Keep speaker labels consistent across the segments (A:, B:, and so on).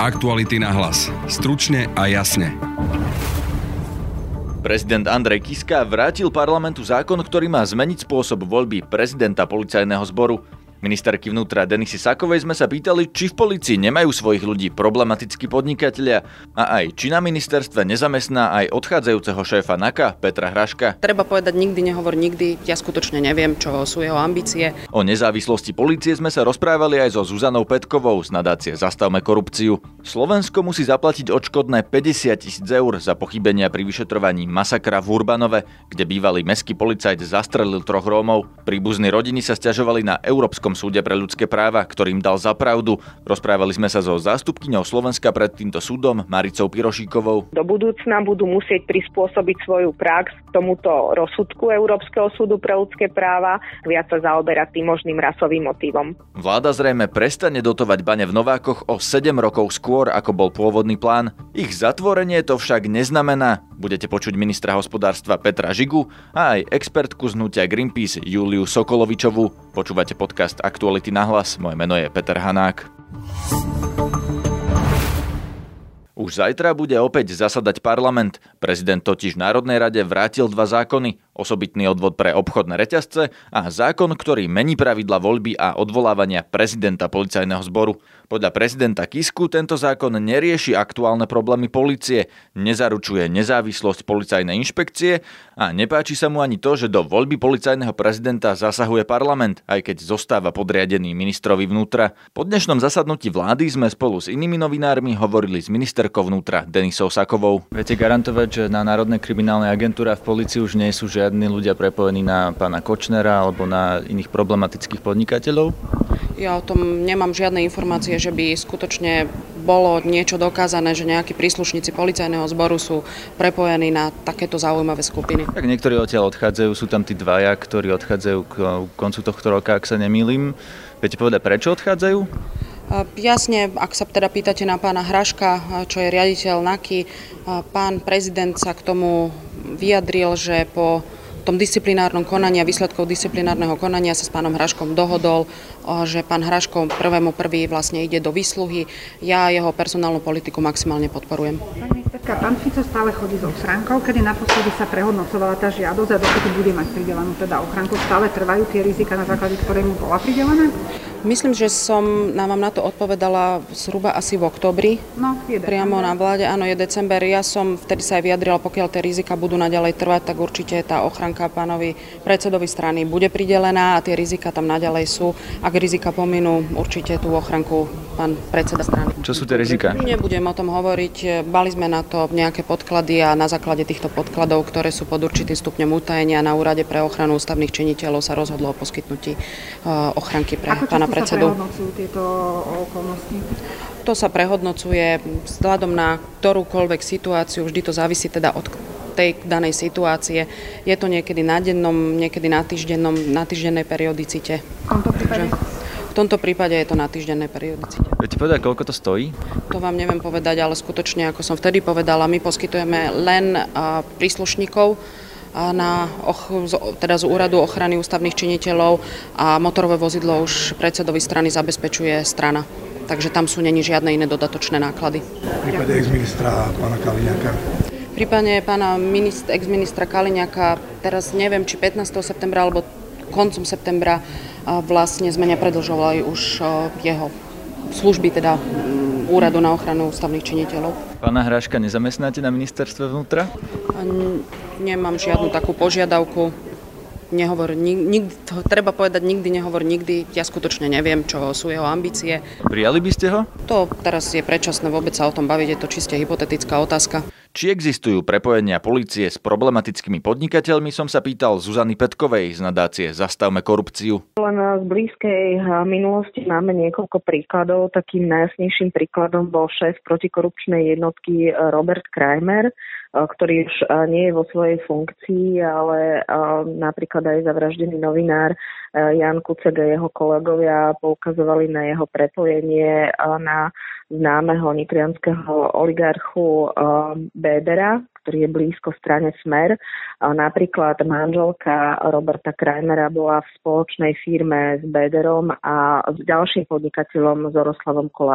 A: Aktuality na hlas. Stručne a jasne.
B: Prezident Andrej Kiska vrátil parlamentu zákon, ktorý má zmeniť spôsob voľby prezidenta policajného zboru. Ministerky vnútra Denisy Sakovej sme sa pýtali, či v polícii nemajú svojich ľudí problematickí podnikatelia a aj či na ministerstve nezamestná aj odchádzajúceho šéfa NAKA Petra Hraška.
C: Treba povedať nikdy nehovor nikdy, ja skutočne neviem, čo sú jeho ambície.
B: O nezávislosti polície sme sa rozprávali aj so Zuzanou Petkovou z nadácie Zastavme korupciu. Slovensko musí zaplatiť odškodné 50 000 eur za pochybenia pri vyšetrovaní masakra v Urbanove, kde bývalý mestský policajt zastrelil 3 Rómov. Príbuzní rodiny sa sťažovali na Európskom súde pre ľudské práva, ktorým dal za pravdu. Rozprávali sme sa so zástupkyňou Slovenska pred týmto súdom Maricou Pirošíkovou.
D: Do budúcna budú musieť prispôsobiť svoju prax tomuto rozsudku Európskeho súdu pre ľudské práva, viac sa zaoberať tým možným rasovým motívom.
B: Vláda zrejme prestane dotovať bane v Novákoch o 7 rokov skôr, ako bol pôvodný plán. Ich zatvorenie to však neznamená. Budete počuť ministra hospodárstva Petra Žigu a aj expertku z hnutia Greenpeace Juliu Sokolovičovú. Počúvate podcast Aktuality na hlas. Moje meno je Peter Hanák. Už zajtra bude opäť zasadať parlament. Prezident totiž v Národnej rade vrátil 2 zákony. Osobitný odvod pre obchodné reťazce a zákon, ktorý mení pravidla voľby a odvolávania prezidenta policajného zboru. Podľa prezidenta Kisku tento zákon nerieši aktuálne problémy polície, nezaručuje nezávislosť policajnej inšpekcie a nepáči sa mu ani to, že do voľby policajného prezidenta zasahuje parlament, aj keď zostáva podriadený ministrovi vnútra. Po dnešnom zasadnutí vlády sme spolu s inými novinármi hovorili s ministerkou vnútra Denisou Sakovou.
E: Viete garantovať, že na Národnej kriminálnej agentúre a v polícii už nie sú žiadni ľudia prepojení na pána Kočnera alebo na iných problematických podnikateľov?
C: Ja o tom nemám žiadne informácie, že by skutočne bolo niečo dokázané, že nejakí príslušníci policajného zboru sú prepojení na takéto zaujímavé skupiny.
E: Tak niektorí odtiaľ odchádzajú, sú tam tí 2, ktorí odchádzajú k koncu tohto roka, ak sa nemýlim. Viete povedať, prečo odchádzajú?
C: Jasne, ak sa teda pýtate na pána Hraška, čo je riaditeľ NAKY, pán prezident sa k tomu vyjadril, že po tom disciplinárnom konaní a výsledkov disciplinárneho konania sa s pánom Hraškom dohodol, že pán Hraško 1.1. vlastne ide do výsluhy. Ja jeho personálnu politiku maximálne podporujem.
F: Pani ministerka, pán Fico stále chodí so ochránkou, kedy naposledy sa prehodnocovala tá žiadosť a dokedy bude mať pridelanú teda ochránku, stále trvajú tie rizika, na základe ktoré mu bola pridelená?
C: Myslím, že vám na to odpovedala zhruba asi v októbri, priamo na vláde, áno, je december. Ja som vtedy sa aj vyjadrila, pokiaľ tie rizika budú naďalej trvať, tak určite tá ochránka pánovi predsedovi strany bude pridelená a tie rizika tam naďalej sú. Ak rizika pominú, určite tú ochránku pán predseda strany.
E: Čo sú tie rizika?
C: Nebudem o tom hovoriť. Mali sme na to nejaké podklady a na základe týchto podkladov, ktoré sú pod určitým stupňom utajenia, na Úrade pre ochranu ústavných činiteľov sa rozhodlo o poskytnutí ochránky pre pána predsedu.
F: Ako prehodnocujú tieto okolnosti?
C: To sa prehodnocuje vzhľadom na ktorúkoľvek situáciu, vždy to závisí teda od tej danej situácie. Je to niekedy na dennom, niekedy na týždennej periodicite. V tomto prípade je to na týždennej periodicite.
E: Viete povedať, koľko to stojí?
C: To vám neviem povedať, ale skutočne, ako som vtedy povedala, my poskytujeme len príslušníkov teda z Úradu ochrany ústavných činiteľov a motorové vozidlo už predsedovi strany zabezpečuje strana. Takže tam sú není žiadne iné dodatočné náklady.
G: V prípade ex-ministra pána Kaliňáka?
C: V prípade pána ex-ministra Kaliňáka, teraz neviem, či 15. septembra alebo koncom septembra vlastne sme nepredĺžovali už jeho služby, teda Úradu na ochranu ústavných činiteľov.
E: Pána Hraška nezamestnáte na ministerstve vnútra?
C: Nemám žiadnu takú požiadavku. Treba povedať nikdy nehovor nikdy. Ja skutočne neviem, čo sú jeho ambície.
E: Prijali by ste ho?
C: To teraz je predčasné vôbec sa o tom baviť, je to čiste hypotetická otázka.
B: Či existujú prepojenia polície s problematickými podnikateľmi, som sa pýtal Zuzany Petkovej z nadácie Zastavme korupciu.
D: Len z blízkej minulosti máme niekoľko príkladov. Takým najjasnejším príkladom bol šéf protikorupčnej jednotky Robert Krajmer, ktorý už nie je vo svojej funkcii, ale napríklad aj zavraždený novinár Jan Kucek a jeho kolegovia poukazovali na jeho prepojenie na známeho nitrianskeho oligarchu Bödera, ktorý je blízko strane Smer. Napríklad manželka Roberta Krajmera bola v spoločnej firme s Böderom a s ďalším podnikateľom Zoroslavom Kolárom.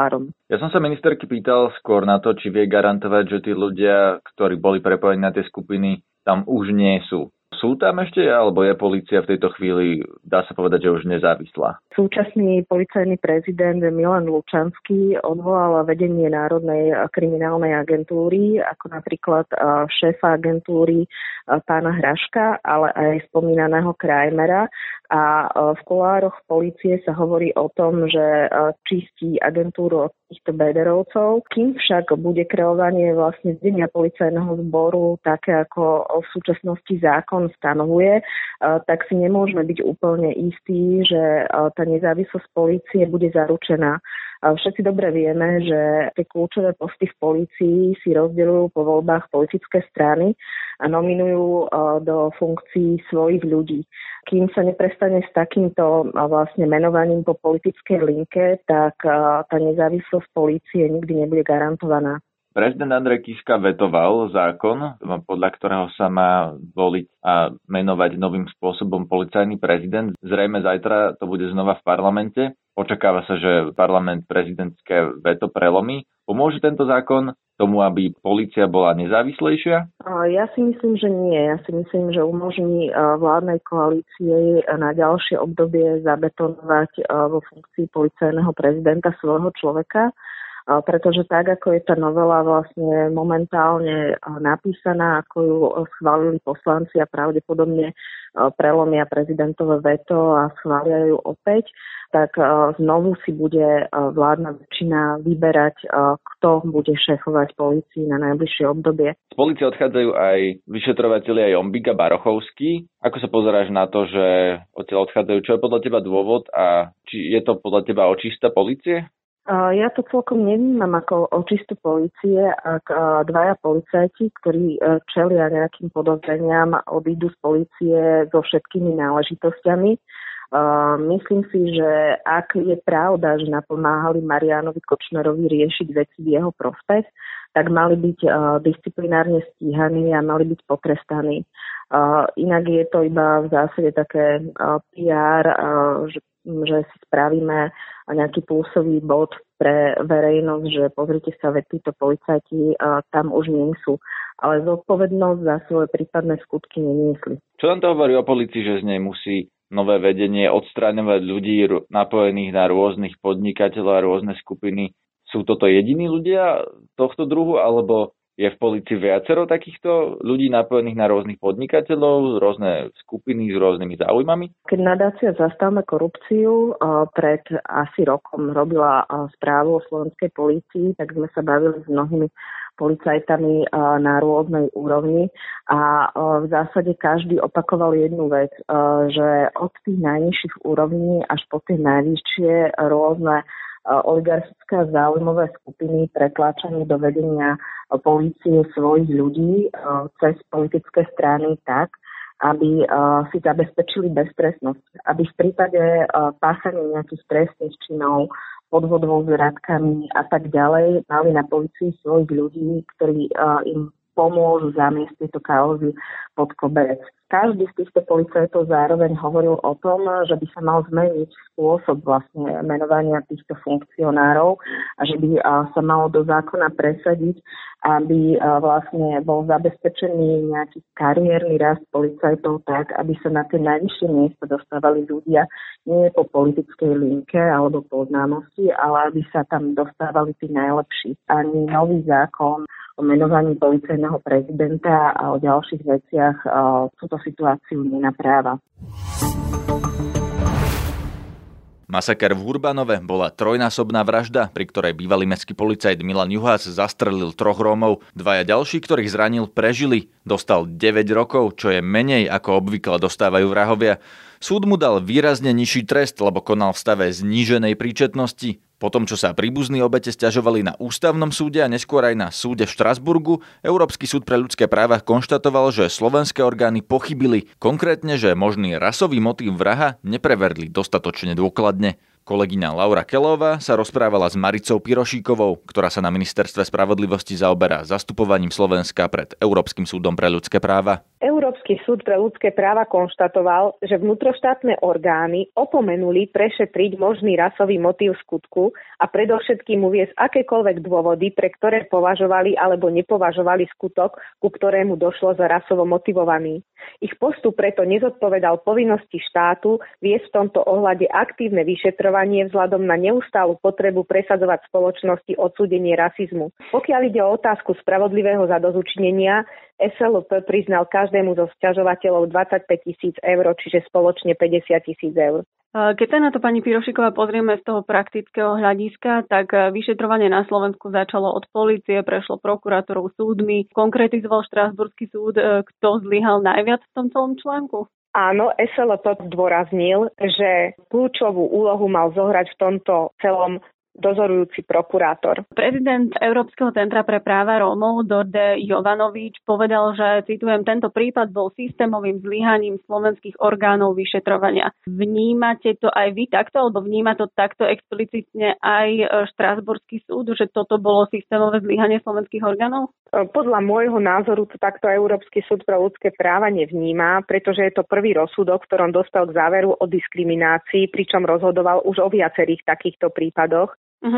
E: Ja som sa ministerky pýtal skôr na to, či vie garantovať, že tí ľudia, ktorí boli prepojení na tie skupiny, tam už nie sú. Sú tam ešte, alebo je polícia v tejto chvíli, dá sa povedať, že už nezávislá?
D: Súčasný policajný prezident Milan Lučanský odvolal vedenie Národnej kriminálnej agentúry, ako napríklad šéfa agentúry pána Hraška, ale aj spomínaného Krajmera. A v kulároch polície sa hovorí o tom, že čistí agentúru od týchto bederovcov. Kým však bude kreovanie vlastne zdenia policajného zboru také, ako v súčasnosti zákon stanovuje, tak si nemôžeme byť úplne istí, že tá nezávislosť polície bude zaručená. Všetci dobre vieme, že tie kľúčové posty v polícii si rozdeľujú po voľbách politické strany a nominujú do funkcií svojich ľudí. Kým sa neprestane s takýmto vlastne menovaním po politickej linke, tak tá nezávislosť polície nikdy nebude garantovaná.
E: Prezident Andrej Kiska vetoval zákon, podľa ktorého sa má voliť a menovať novým spôsobom policajný prezident. Zrejme zajtra to bude znova v parlamente. Očakáva sa, že parlament prezidentské veto prelomí. Pomôže tento zákon tomu, aby polícia bola nezávislejšia?
D: Ja si myslím, že nie. Ja si myslím, že umožní vládnej koalícii na ďalšie obdobie zabetonovať vo funkcii policajného prezidenta svojho človeka, pretože tak, ako je tá novela vlastne momentálne napísaná, ako ju schválili poslanci a pravdepodobne prelomia prezidentové veto a schvália ju opäť, tak znovu si bude vládna väčšina vyberať, kto bude šéfovať polícii na najbližšie obdobie.
E: Z polície odchádzajú aj vyšetrovatelia Jombik a Barochovský. Ako sa pozeráš na to, že odtiaľ odchádzajú? Čo je podľa teba dôvod a či je to podľa teba očista polície?
D: Ja to celkom nevnímam ako očistu polície, ak dvaja policajti, ktorí čelia nejakým podozreniam, odídu z polície so všetkými náležitosťami. Myslím si, že ak je pravda, že napomáhali Marianovi Kočnerovi riešiť veci v jeho prospech, tak mali byť disciplinárne stíhaní a mali byť potrestaní. Inak je to iba v zásade také PR, že si spravíme nejaký plusový bod pre verejnosť, že pozrite sa, veď títo policajti tam už nie sú. Ale zodpovednosť za svoje prípadné skutky neniesli.
E: Čo nám to hovorí o polícii, že z nej musí nové vedenie odstráňovať ľudí napojených na rôznych podnikateľov a rôzne skupiny? Sú toto jediní ľudia tohto druhu, alebo je v polícii viacero takýchto ľudí napojených na rôznych podnikateľov, rôzne skupiny s rôznymi záujmami?
D: Keď nadácia Zastavme korupciu pred asi rokom robila správu o slovenskej polícii, tak sme sa bavili s mnohými policajtami na rôznej úrovni a v zásade každý opakoval jednu vec, že od tých najnižších úrovní až po tie najvyššie rôzne oligarchické záujmové skupiny pretláčaní do vedenia polície svojich ľudí cez politické strany tak, aby si zabezpečili beztrestnosť, aby v prípade páchania nejakých trestných činov, podvodov s radkami a tak ďalej mali na polícii svojich ľudí, ktorí im pomôžu zamiesť tieto kauzy pod koberec. Každý z týchto policajtov zároveň hovoril o tom, že by sa mal zmeniť spôsob vlastne menovania týchto funkcionárov a že by sa malo do zákona presadiť, aby vlastne bol zabezpečený nejaký kariérny rast policajtov tak, aby sa na tie najvyššie miesta dostávali ľudia nie po politickej linke alebo po známosti, ale aby sa tam dostávali tí najlepší. Ani nový zákon o menovaní policajného prezidenta a o ďalších veciach túto situáciu nenapráva.
B: Masaker v Hurbanove bola trojnásobná vražda, pri ktorej bývalý mestský policajt Milan Juhás zastrelil 3 Rómov. 2 ďalší, ktorých zranil, prežili. Dostal 9 rokov, čo je menej ako obvykle dostávajú vrahovia. Súd mu dal výrazne nižší trest, lebo konal v stave zníženej príčetnosti. Po tom, čo sa príbuzní obete sťažovali na ústavnom súde a neskôr aj na súde v Štrasburgu, Európsky súd pre ľudské práva konštatoval, že slovenské orgány pochybili, konkrétne, že možný rasový motív vraha nepreverli dostatočne dôkladne. Kolegyňa Laura Kelová sa rozprávala s Maricou Pirošíkovou, ktorá sa na Ministerstve spravodlivosti zaoberá zastupovaním Slovenska pred Európskym súdom pre ľudské práva.
D: Európsky súd pre ľudské práva konštatoval, že vnútroštátne orgány opomenuli prešetriť možný rasový motív skutku a predovšetkým uviesť akékoľvek dôvody, pre ktoré považovali alebo nepovažovali skutok, ku ktorému došlo za rasovo motivovaný. Ich postup preto nezodpovedal povinnosti štátu viesť v tomto ohľade aktívne vyšetrovanie vzhľadom na neustálu potrebu presadzovať v spoločnosti odsúdenie rasizmu. Pokiaľ ide o otázku spravodlivého zadozučinenia, SLP priznal každému zo sťažovateľov 25 000 eur, čiže spoločne 50 000 eur.
H: Keď sa na to, pani Pirošíková, pozrieme z toho praktického hľadiska, tak vyšetrovanie na Slovensku začalo od polície, prešlo prokurátorov súdmi. Konkretizoval štrasburský súd, kto zlyhal najviac v tom celom článku?
D: Áno, SLP zdôraznil, že kľúčovú úlohu mal zohrať v tomto celom dozorujúci prokurátor.
H: Prezident Európskeho centra pre práva Rómov Đorđe Jovanovič povedal, že, citujem, tento prípad bol systémovým zlyhaním slovenských orgánov vyšetrovania. Vnímate to aj vy takto, alebo vníma to takto explicitne aj štrasburský súd, že toto bolo systémové zlyhanie slovenských orgánov?
D: Podľa môjho názoru to takto Európsky súd pre ľudské práva nevníma, pretože je to prvý rozsudok, v ktorom dospel k záveru o diskriminácii, pričom rozhodoval už o viacerých takýchto prípadoch.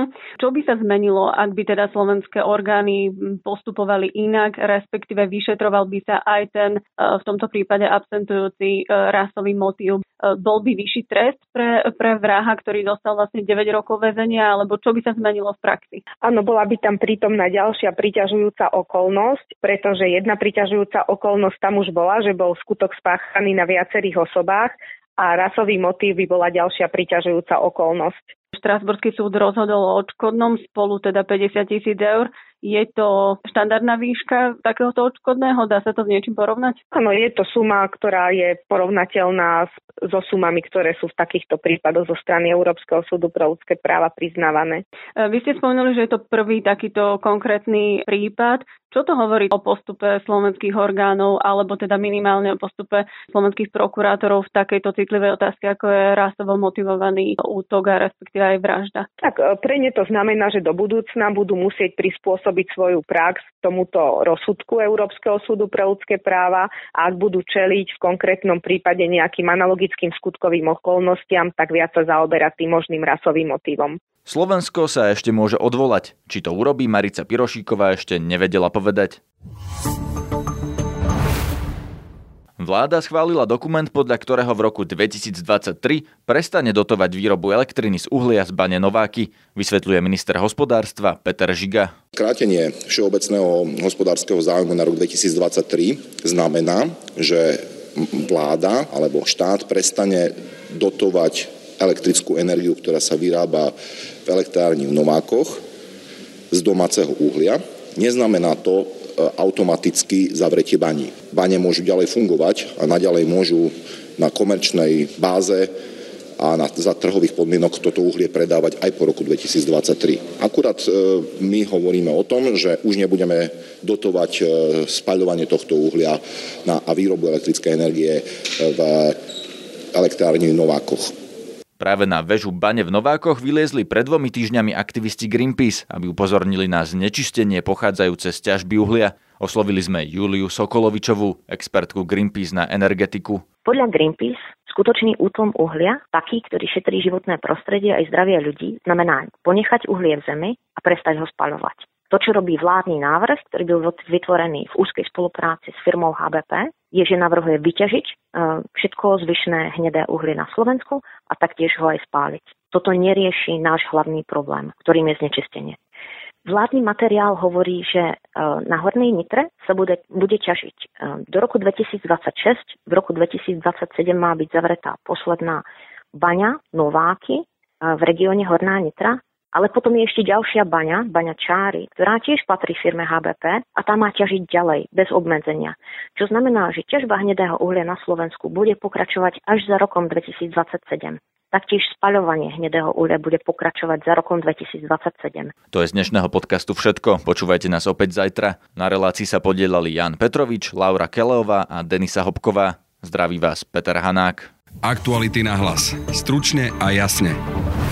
H: Čo by sa zmenilo, ak by teda slovenské orgány postupovali inak, respektíve vyšetroval by sa aj ten v tomto prípade absentujúci rasový motív? Bol by vyšší trest pre vraha, ktorý dostal vlastne 9 rokov väzenia, alebo čo by sa zmenilo v praxi?
D: Áno, bola by tam prítomná ďalšia priťažujúca okolnosť, pretože jedna priťažujúca okolnosť tam už bola, že bol skutok spáchaný na viacerých osobách a rasový motív by bola ďalšia priťažujúca okolnosť.
H: Štrasburský súd rozhodol o odškodnom spolu teda 50 000 eur. Je to štandardná výška takéhoto odškodného? Dá sa to s niečím porovnať?
D: Áno, je to suma, ktorá je porovnateľná so sumami, ktoré sú v takýchto prípadoch zo strany Európskeho súdu pre ľudské práva priznávané.
H: Vy ste spomenuli, že je to prvý takýto konkrétny prípad. Čo to hovorí o postupe slovenských orgánov, alebo teda minimálne o postupe slovenských prokurátorov v takejto citlivej otázke, ako je rasovo motivovaný útok a respektíve aj vražda? Tak
D: pre ne to znamená, že do budúcna budú musieť prispôsobiť svoju prax tomuto rozsudku Európskeho súdu pre ľudské práva a ak budú čeliť v konkrétnom prípade nejakým analogickým skutkovým okolnostiam, tak viac sa zaoberať tým možným rasovým motívom.
B: Slovensko sa ešte môže odvolať. Či to urobí, Marica Pirošíková ešte nevedela povedať. Vláda schválila dokument, podľa ktorého v roku 2023 prestane dotovať výrobu elektriny z uhlia z bane Nováky, vysvetľuje minister hospodárstva Peter Žiga.
I: Krátenie všeobecného hospodárskeho záujmu na rok 2023 znamená, že vláda alebo štát prestane dotovať elektrickú energiu, ktorá sa vyrába v elektrárni v Novákoch z domáceho uhlia. Neznamená to automaticky zavretie baní. Bane môžu ďalej fungovať a naďalej môžu na komerčnej báze a za trhových podmienok toto uhlie predávať aj po roku 2023. Akurát my hovoríme o tom, že už nebudeme dotovať spaľovanie tohto uhlia a výrobu elektrickej energie v elektrárni v Novákoch.
B: Práve na väžu bane v Novákoch vyliezli pred 2 týždňami aktivisti Greenpeace, aby upozornili na znečistenie pochádzajúce z ťažby uhlia. Oslovili sme Juliu Sokolovičovú, expertku Greenpeace na energetiku.
J: Podľa Greenpeace skutočný útlom uhlia, taký, ktorý šetrí životné prostredie aj zdravie ľudí, znamená ponechať uhlie v zemi a prestať ho spaľovať. To, čo robí vládny návrh, ktorý byl vytvorený v úzkej spolupráci s firmou HBP, je, že navrhuje vyťažiť všetko zvyšné hnedé uhlie na Slovensku a taktiež ho aj spáliť. Toto nerieši náš hlavný problém, ktorým je znečistenie. Vládny materiál hovorí, že na Hornej Nitre sa bude ťažiť. Do roku 2026, v roku 2027 má byť zavretá posledná baňa Nováky v regióne Horná Nitra, ale potom je ešte ďalšia baňa Čáry, ktorá tiež patrí firme HBP a tá má ťažiť ďalej, bez obmedzenia. Čo znamená, že ťažba hnedého uhlia na Slovensku bude pokračovať až za rokom 2027. Taktiež spaľovanie hnedého uhlia bude pokračovať za rokom 2027.
B: To je z dnešného podcastu všetko. Počúvajte nás opäť zajtra. Na relácii sa podielali Jan Petrovič, Laura Kelová a Denisa Hopková. Zdraví vás Peter Hanák.
A: Aktuality na hlas. Stručne a jasne.